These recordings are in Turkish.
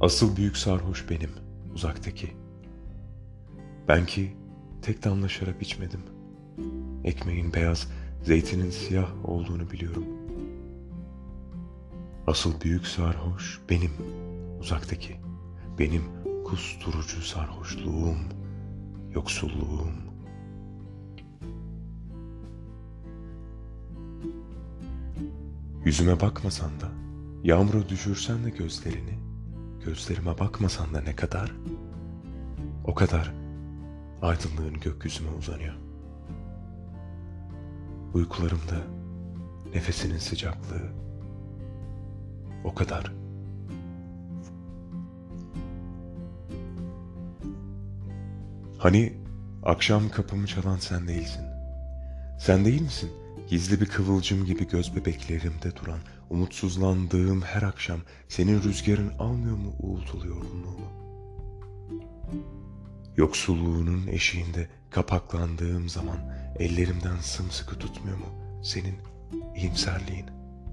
Asıl büyük sarhoş benim, uzaktaki. Ben ki tek damla şarap içmedim. Ekmeğin beyaz, zeytinin siyah olduğunu biliyorum. Asıl büyük sarhoş benim, uzaktaki. Benim kusturucu sarhoşluğum, yoksulluğum. Yüzüme bakmasan da, yağmura düşürsen de gözlerini, gözlerime bakmasan da ne kadar, o kadar aydınlığın gökyüzüme uzanıyor. Uykularımda nefesinin sıcaklığı, o kadar. Hani akşam kapımı çalan sen değilsin. Sen değil misin? Gizli bir kıvılcım gibi göz bebeklerimde duran, umutsuzlandığım her akşam senin rüzgarın almıyor mu uğultulu yorgunluğumu? Yoksulluğunun eşiğinde kapaklandığım zaman ellerimden sımsıkı tutmuyor mu senin iyimserliğin?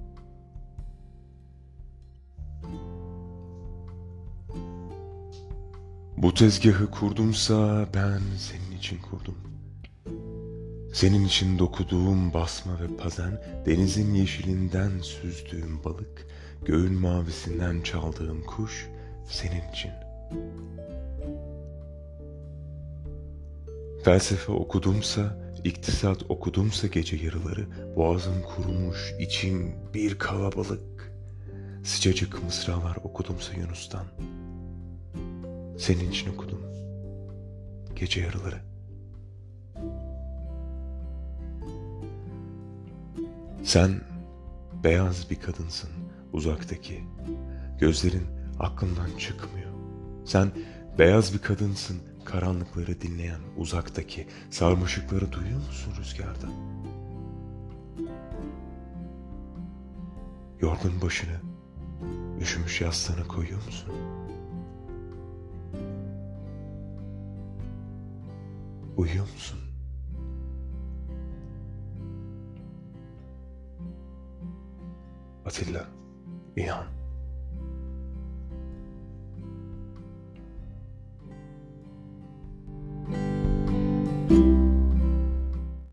Bu tezgahı kurdumsa ben senin için kurdum. Senin için dokuduğum basma ve pazen, denizin yeşilinden süzdüğüm balık, göğün mavisinden çaldığım kuş senin için. Felsefe okudumsa, iktisat okudumsa gece yarıları, boğazım kurumuş, içim bir kalabalık. Sıcacık mısralar okudumsa Yunus'tan, senin için okudum gece yarıları. Sen beyaz bir kadınsın uzaktaki, gözlerin aklımdan çıkmıyor. Sen beyaz bir kadınsın, karanlıkları dinleyen uzaktaki, sarmaşıkları duyuyor musun rüzgarda? Yorgun başını, üşümüş yastığına koyuyor musun? Uyuyor musun? Atilla, inan.